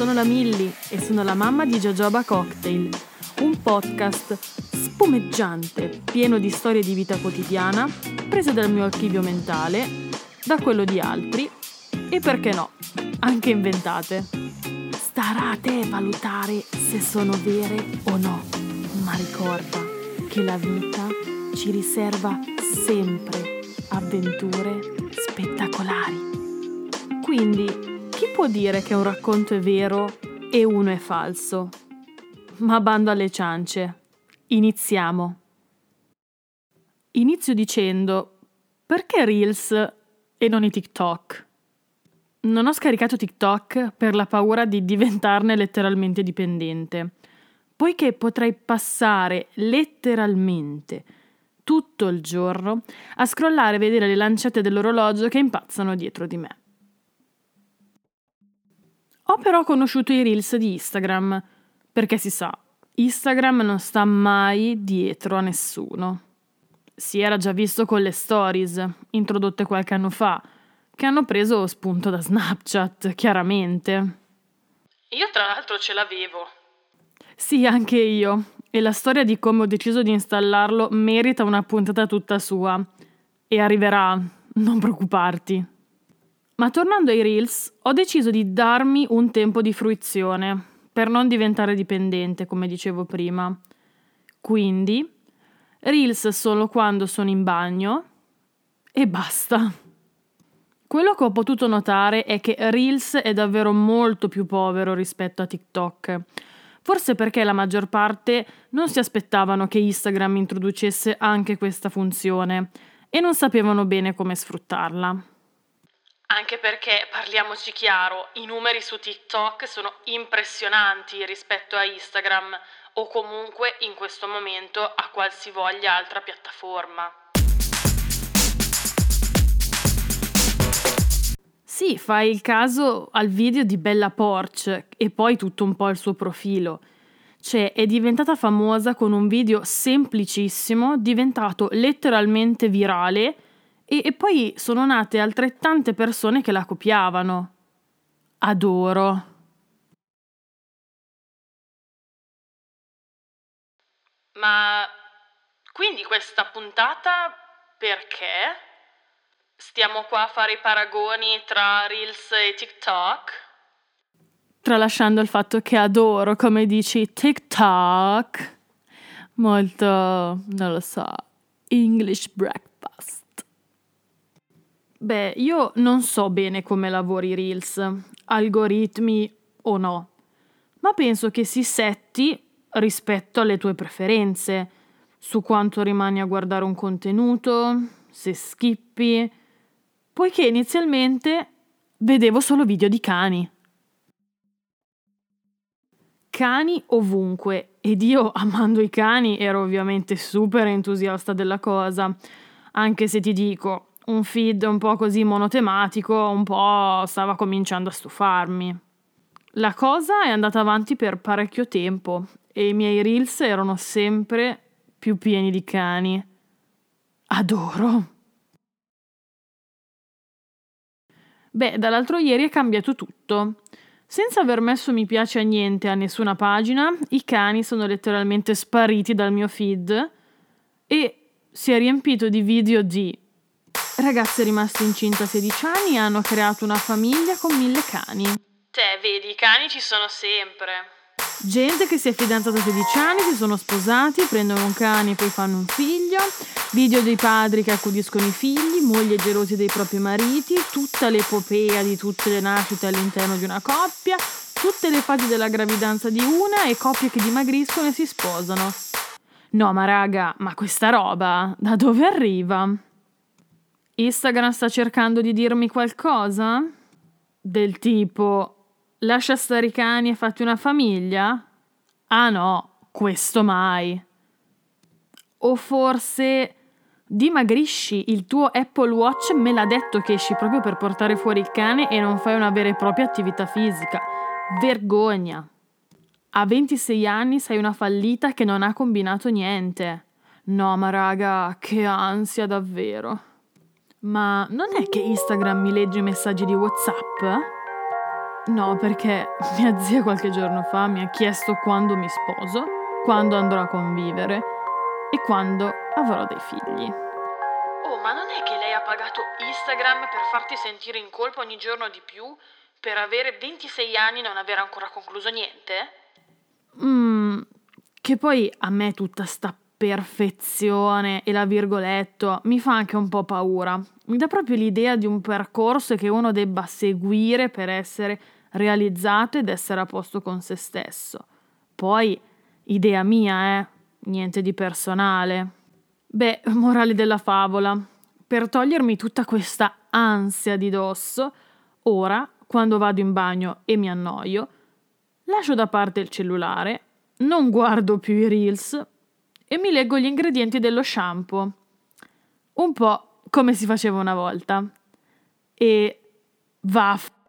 sono la Milly e sono la mamma di Jojoba Cocktail, un podcast spumeggiante, pieno di storie di vita quotidiana, prese dal mio archivio mentale, da quello di altri e, perché no, anche inventate. Starà a te valutare se sono vere o no, ma ricorda che la vita ci riserva sempre avventure spettacolari. Quindi, chi può dire che un racconto è vero e uno è falso? Ma bando alle ciance. Iniziamo. Inizio dicendo, perché Reels e non i TikTok? Non ho scaricato TikTok per la paura di diventarne letteralmente dipendente, poiché potrei passare letteralmente tutto il giorno a scrollare e vedere le lancette dell'orologio che impazzano dietro di me. Ho però conosciuto i Reels di Instagram, perché si sa, Instagram non sta mai dietro a nessuno. Si era già visto con le stories, introdotte qualche anno fa, che hanno preso spunto da Snapchat, chiaramente. Io tra l'altro ce l'avevo. Sì, anche io. E la storia di come ho deciso di installarlo merita una puntata tutta sua. E arriverà, non preoccuparti. Ma tornando ai Reels, ho deciso di darmi un tempo di fruizione, per non diventare dipendente, come dicevo prima. Quindi, Reels solo quando sono in bagno e basta. Quello che ho potuto notare è che Reels è davvero molto più povero rispetto a TikTok. Forse perché la maggior parte non si aspettavano che Instagram introducesse anche questa funzione e non sapevano bene come sfruttarla. Anche perché, parliamoci chiaro, i numeri su TikTok sono impressionanti rispetto a Instagram o comunque in questo momento a qualsivoglia altra piattaforma. Sì, fai il caso al video di Bella Poarch e poi tutto un po' il suo profilo. Cioè, è diventata famosa con un video semplicissimo, diventato letteralmente virale e poi sono nate altrettante persone che la copiavano. Adoro. Ma quindi questa puntata perché? Stiamo qua a fare i paragoni tra Reels e TikTok? Tralasciando il fatto che adoro, come dici, TikTok. Molto, non lo so, English breakfast. Beh, io non so bene come lavori Reels, algoritmi o no, ma penso che si setti rispetto alle tue preferenze, su quanto rimani a guardare un contenuto, se skippi, poiché inizialmente vedevo solo video di cani. Cani ovunque, ed io, amando i cani, ero ovviamente super entusiasta della cosa, anche se ti dico, un feed un po' così monotematico un po' stava cominciando a stufarmi. La cosa è andata avanti per parecchio tempo e i miei reels erano sempre più pieni di cani. Adoro! Beh, dall'altro ieri è cambiato tutto. Senza aver messo mi piace a niente a nessuna pagina, i cani sono letteralmente spariti dal mio feed e si è riempito di video di ragazze rimaste incinte a 16 anni e hanno creato una famiglia con 1000 cani. Vedi, i cani ci sono sempre. Gente che si è fidanzata a 16 anni, si sono sposati, prendono un cane e poi fanno un figlio, video dei padri che accudiscono i figli, mogli gelosi dei propri mariti, tutta l'epopea di tutte le nascite all'interno di una coppia, tutte le fasi della gravidanza di una e coppie che dimagriscono e si sposano. No, ma raga, ma questa roba da dove arriva? Instagram sta cercando di dirmi qualcosa? Del tipo, lascia stare i cani e fatti una famiglia? Ah no, questo mai. O forse dimagrisci, il tuo Apple Watch me l'ha detto che esci proprio per portare fuori il cane e non fai una vera e propria attività fisica. Vergogna. A 26 anni sei una fallita che non ha combinato niente. No, ma raga, che ansia davvero. Ma non è che Instagram mi legge i messaggi di WhatsApp? No, perché mia zia qualche giorno fa mi ha chiesto quando mi sposo, quando andrò a convivere e quando avrò dei figli. Oh, ma non è che lei ha pagato Instagram per farti sentire in colpa ogni giorno di più per avere 26 anni e non aver ancora concluso niente? Che poi a me tutta sta perfezione e la virgoletto mi fa anche un po' paura. Mi dà proprio l'idea di un percorso che uno debba seguire per essere realizzato ed essere a posto con se stesso. Poi, idea mia, niente di personale. Beh, morale della favola. Per togliermi tutta questa ansia di dosso, ora, quando vado in bagno e mi annoio, lascio da parte il cellulare, non guardo più i reels e mi leggo gli ingredienti dello shampoo. Un po' come si faceva una volta. E vaff.